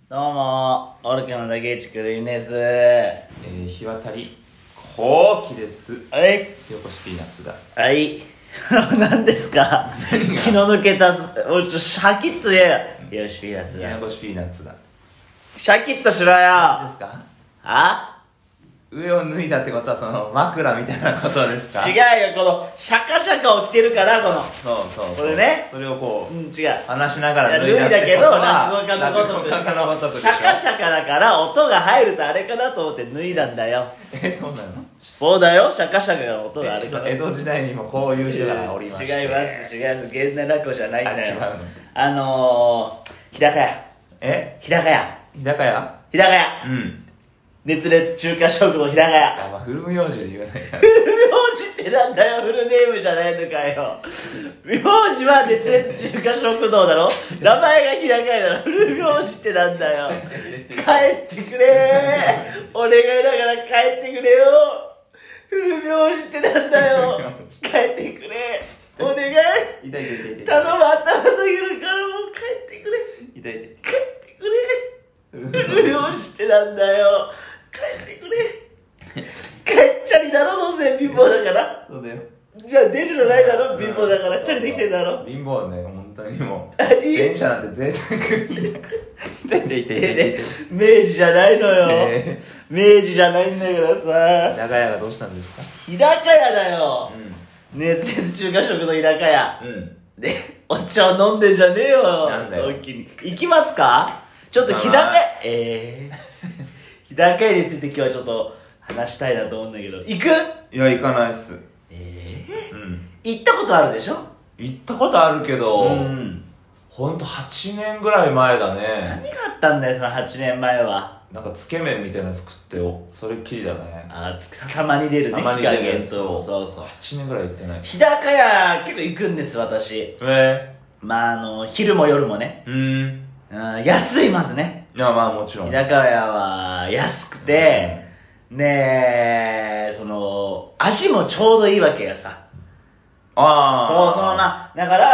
どうもオルケの竹内くるいです。 日渡り後期です。 はい。 よこしピーナッツだ。 はい。何ですか？気の抜けたシャキッとしろよ。よしピーナッツだ。 よこしピーナッツだ。 シャキッとしろよ。 何ですか？ あ？ 上を脱いだってことはその枕みたいなことですか？ 違うよ、このシャカシャカ起きてるからこの。 そうこれね。 それをこう、 違う。 話しながら脱いだけど落語家の落語ご家のごとくでしょ。 シャカシャカだから音が入るとあれかなと思って脱いだんだよ。 そうなの？ そうだよ、シャカシャカの音があれから。 江戸時代にもこういう人がおりまして。 違います。現代落語じゃないんだよ。 違うの。日高屋。日高屋。 日高屋？ 日高屋。 うん。 熱烈中華食堂日高屋。 あ、まあ、フル名字で言わないから。 フル名字ってなんだよ、フルネームじゃないのかよ。名字は熱烈中華食堂だろ。名前が日高屋だろ。フル名字ってなんだよ。帰ってくれー。お願いだから帰ってくれよ。フル名字ってなんだよ。帰ってくれ。お願い。 痛い。 頼む、頭下げるからもう帰ってくれ。 痛い。 帰ってくれ。フル名字ってなんだよ。帰ってくれ。帰っちゃりだろ、どうせ貧乏だから。 そうだよ。 じゃあ出るじゃないだろ、貧乏だからチャリできてんだろ。 貧乏ね、本当にもう電車なんて贅沢に痛い明治じゃないのよ、明治じゃないんだからさ。 日高屋がどうしたんですか？ 日高屋だよ、熱烈中華食の日高屋、でお茶を飲んでんじゃねえよ。 なんだよ。 行きますか？ちょっと日高屋日高屋について今日はちょっと話したいなと思うんだけど、行く？ いや、行かないっす。 行ったことあるでしょ？ 行ったことあるけど、ほんと8年ぐらい前だね。 何があったんだよ、その8年前は。 なんかつけ麺みたいなの作ってよ、それっきりだね。 たまに出るね、 たまに出るやつ。 そう 8年ぐらい行ってない。 日高屋結構行くんです、私。まあ昼も夜もね。安い、まずね。 いや、まあもちろん。 日高屋は安くて、ねえ、その、味もちょうどいいわけよさ。そう、そのまま、だから、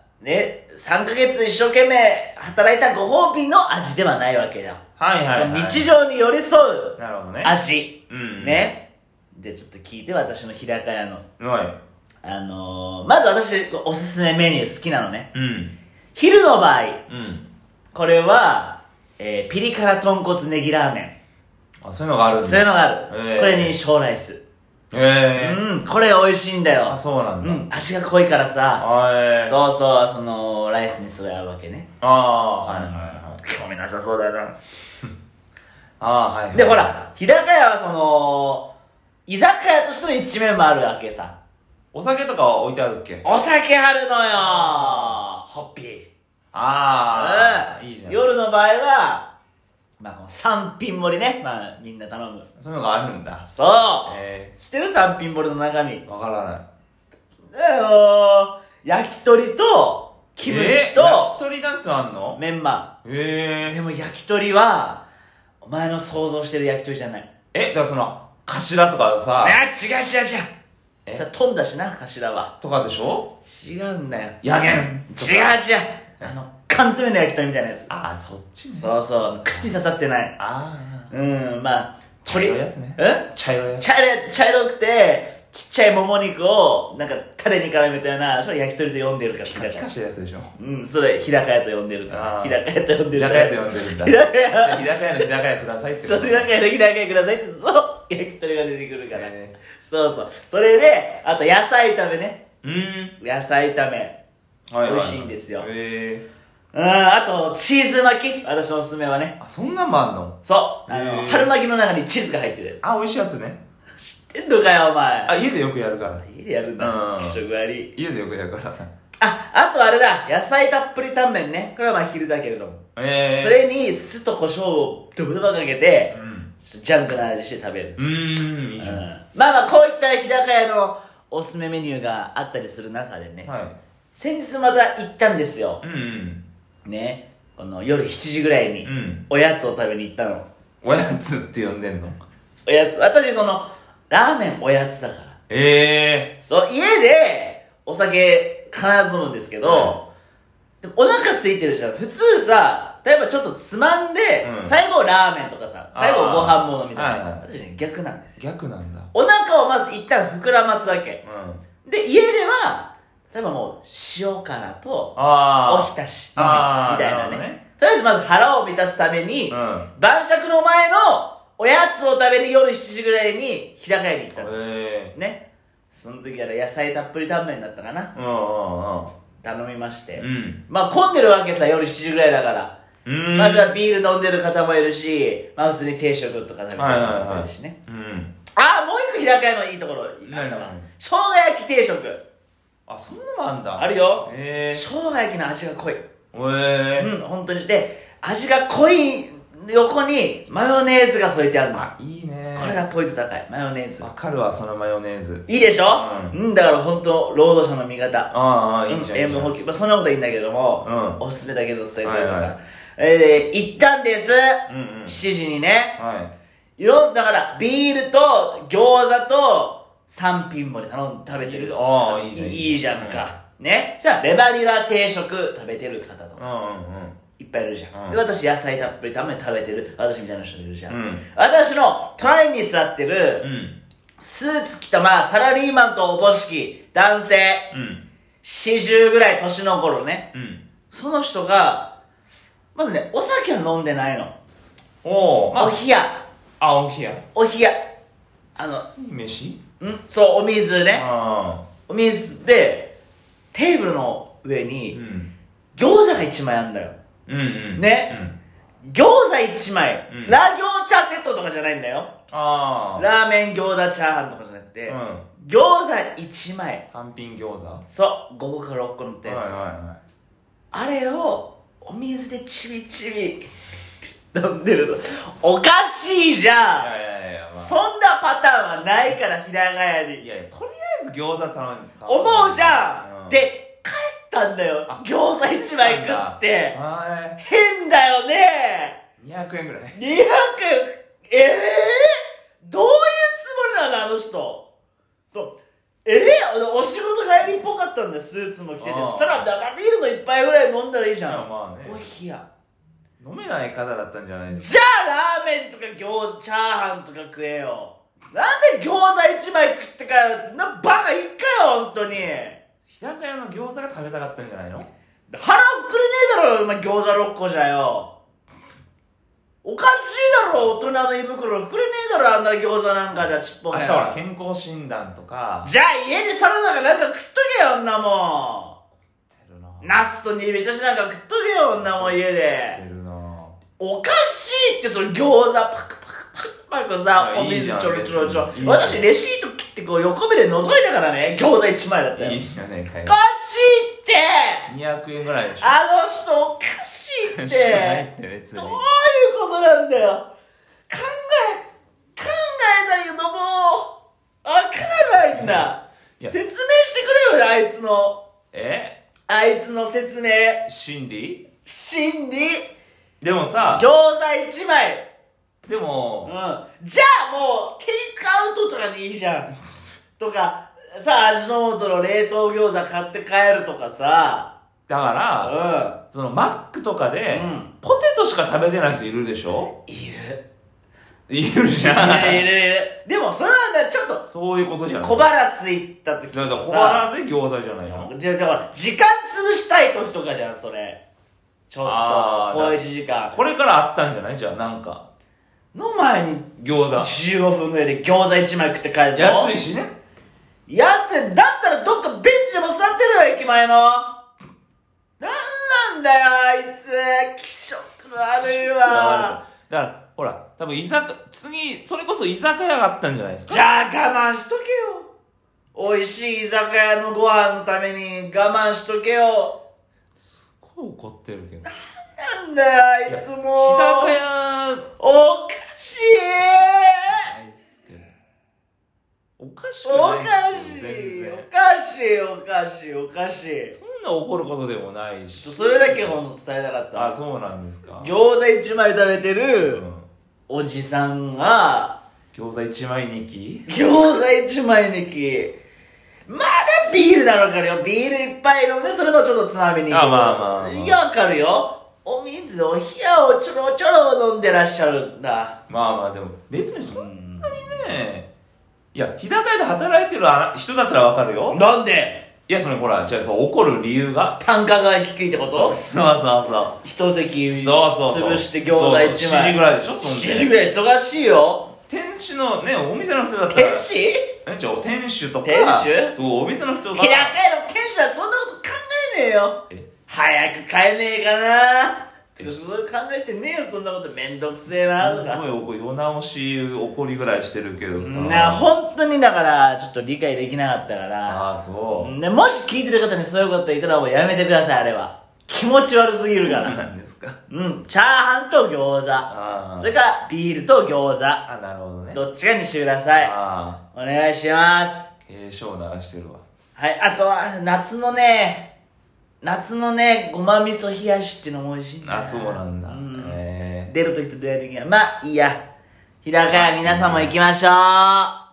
ね、3ヶ月一生懸命働いたご褒美の味ではないわけよ。日常に寄り添う味。ね。じゃあちょっと聞いて、私の日高屋の。まず私、おすすめメニュー好きなのね。昼の場合、これは、ピリ辛豚骨ネギラーメン。 そういうのがあるんだ。 そういうのがある。これに小ライス。これが美味しいんだよ。 そうなんだ。 味が濃いからさ。そうそう、そのライスにすごい合うわけね。ごめんなさそうだな。でほら、日高屋はその居酒屋としての一面もあるわけさ。 お酒とかは置いてあるっけ？ お酒あるのよ。ホッピー。いいじゃん。夜の場合はまあこの3品盛りね、まあみんな頼む。 そういうのがあるんだ。 そう。知ってる？3品盛りの中身。 わからない。 焼き鳥とキムチと焼き鳥なんてあんの？ メンマ。でも焼き鳥はお前の想像してる焼き鳥じゃない。 だからその頭とかさ。 違う。さ、飛んだしな、頭は。 とかでしょ？ 違うんだよ。 やげん。 違う。缶詰の焼き鳥みたいなやつ。 そっちね。 そう、首刺さってない。まあ茶色いやつね。茶色いやつ。 茶色くてちっちゃいもも肉をなんかタレに絡めたような、それ焼き鳥と呼んでるから。 ピカピカしてるやつでしょ。 それ日高屋と呼んでるから。日高屋と呼んでるんだ。 日高屋の日高屋くださいって。 そう、日高屋の日高屋くださいって、そう焼き鳥が出てくるから。そう。それであと野菜炒めね。野菜炒め美味しいんですよ。あとチーズ巻き、私のおすすめはね。 そんなんもあんの？ そう春巻きの中にチーズが入ってる。 美味しいやつね。 知ってんのかよお前。 家でよくやるから。 家でやるんだ。気色悪い。 家でよくやるからさ。 あとあれだ、野菜たっぷりタンメンね。これはまあ昼だけれども、それに酢と胡椒をドブドバかけて、ジャンクな味して食べる。 いいじゃん。 まあこういった日高屋のおすすめメニューがあったりする中でね、先日また行ったんですよ。ね、この夜7時ぐらいにおやつを食べに行ったの。 おやつって呼んでんの？ おやつ、私そのラーメンおやつだから。そう、家でお酒必ず飲むんですけど、でもお腹空いてるじゃん。普通さ例えばちょっとつまんで、最後ラーメンとかさ、最後ご飯ものみたいな。私ね、逆なんですよ。 逆なんだ。 お腹をまず一旦膨らますわけ。で、家では、例えばもう、塩辛と、おひたし、みたいなね。とりあえずまず腹を満たすために、晩酌の前のおやつを食べに夜7時ぐらいに日高屋に行ったんですよ。ね。その時は野菜たっぷりタンメンだったかな。頼みまして。まあ混んでるわけさ、夜7時ぐらいだから。まずはビール飲んでる方もいるし、まあ普通に定食とか食べてる方もいるしね。あ、もう一個日高屋のいいところ。生姜焼き定食。 あ、そういうのもあんだ。 あるよ。生姜焼きの味が濃い。本当に。で、味が濃い横にマヨネーズが添えてあるの。 あ、いいね。 これがポイント高い。マヨネーズ。 わかるわ、そのマヨネーズ。 いいでしょ？だから本当労働者の味方。 いいじゃん。 塩分補給。まあそんなことはいいんだけども、おすすめだけど伝えてるから。行ったんです。7時にね。だから、ビールと餃子と3品盛り食べてる。いいじゃんか。ね。じゃあ、レバニラ定食食べてる方とか。いっぱいいるじゃん。で、私野菜たっぷり食べてる。私みたいな人いるじゃん。私の隣に座ってる、スーツ着たまあ、サラリーマンとおぼしき男性。40ぐらい年の頃ね。その人が、まずね、お酒は飲んでないの。お冷や。 お冷や。 お冷や。 飯？ そう、お水ね。お水で、テーブルの上に、餃子が1枚あんだよ。ね。餃子1枚。ラ餃茶セットとかじゃないんだよ。ラーメン餃子チャーハンとかじゃなくて、餃子1枚。 単品餃子？ そう、5個か6個乗ったやつ。あれを、お水でちびちび飲んでるとおかしいじゃん。そんなパターンはないから日高屋に。 とりあえず餃子頼んで思うじゃん。で帰ったんだよ。餃子1枚食って変だよね。 200円ぐらい。 200円。どういうつもりなのあの人。そうお仕事帰りっぽかったんだよ。スーツも着てて。そしたら生ビールの一杯ぐらい飲んだらいいじゃん。お冷や。 飲めない方だったんじゃないですか。じゃあラーメンとか餃子、チャーハンとか食えよ。なんで餃子1枚食って帰るってバカいっかよ、ほんとに。 日高屋の餃子が食べたかったんじゃないの？ 腹膨れねえだろ、餃子6個じゃよ。おかしいだろ、大人の胃袋膨れねえだろ、あんな餃子なんかじゃちっぽけ。 明日は健康診断とか。 じゃあ家でサラダかなんか食っとけよ、女もん。ナスと煮びたしなんか食っとけよ、女もん家で。おかしいって、それ餃子パクパクパクパクさ、お水ちょろちょろちょろ。私レシート切ってこう横目で覗いたからね、餃子1枚だったよ。 いいじゃねえかよ。 おかしいって。 200円ぐらいでしょ。 あの人おかしいって。どういうことなんだよ。考えたけどもわからないんだ。説明してくれよ、あいつの。あいつの説明。 心理でもさ、 餃子1枚。 でも、 じゃあもうテイクアウトとかでいいじゃん。とかさ、味の素の冷凍餃子買って帰るとかさ。 だから、そのマックとかで、ポテトしか食べてない人いるでしょ？いるじゃん。 いる。でもそれはちょっとそういうことじゃない。 小腹空いた時とかさ。 小腹で餃子じゃないの？ だから時間潰したい時とかじゃん、それ。ちょっと小1時間。 これからあったんじゃない？じゃあなんかの前に餃子 15分ぐらいで餃子1枚食って帰るの？ 安いしね。 だったらどっかベンチでも座ってるよ、駅前の。なんだよあいつ、気色悪いわ。 だからほら、多分次それこそ居酒屋があったんじゃないですか。 じゃあ我慢しとけよ。美味しい居酒屋のご飯のために我慢しとけよ。 すごい怒ってるけど。 なんだよあいつも。日高屋おかしい。 おかしくないですよ、全然。 おかしい。 そんな怒ることでもないし。 それだけほんと伝えたかった。 そうなんですか。 餃子1枚食べてるおじさんが、 餃子1枚2きまだビールだろうからよ。ビールいっぱい飲んで、それのちょっとつまみに行く。 まあ。 いや、わかるよ。 お水を冷やをちょろちょろ飲んでらっしゃるんだ。 まあまあでも別にそんなにね、いや日高屋で働いてる人だったらわかるよ。 なんで？ いやそれほらじゃあそう怒る理由が単価が低いってこと？ そうそうそう一席そう潰して餃子1枚。 7時ぐらいでしょ。 7時ぐらい忙しいよ。 店主のねお店の人だったら店主店主とか店主そうお店の人が日高屋の店主はそんなこと考えねえよ。早く帰えねえかなってそういう考えしてねえよ。そんなことめんどくせえなとか。 すごい世直し怒りぐらいしてるけどさ本当にだからちょっと理解できなかったから。 あそうでもし聞いてる方にそういうこと言ったらもうやめてください。あれは気持ち悪すぎるから。 そうなんですか。 チャーハンと餃子、それからビールと餃子、 なるほどね。 どっちかにしてください。お願いします。 警鐘鳴らしてるわ。 はい、あとは夏のねごま味噌冷やしっていうのも美味しいんだ。 そうなんだ。 出るときと出ないときはまあいいや。日高屋皆さんも行きましょう。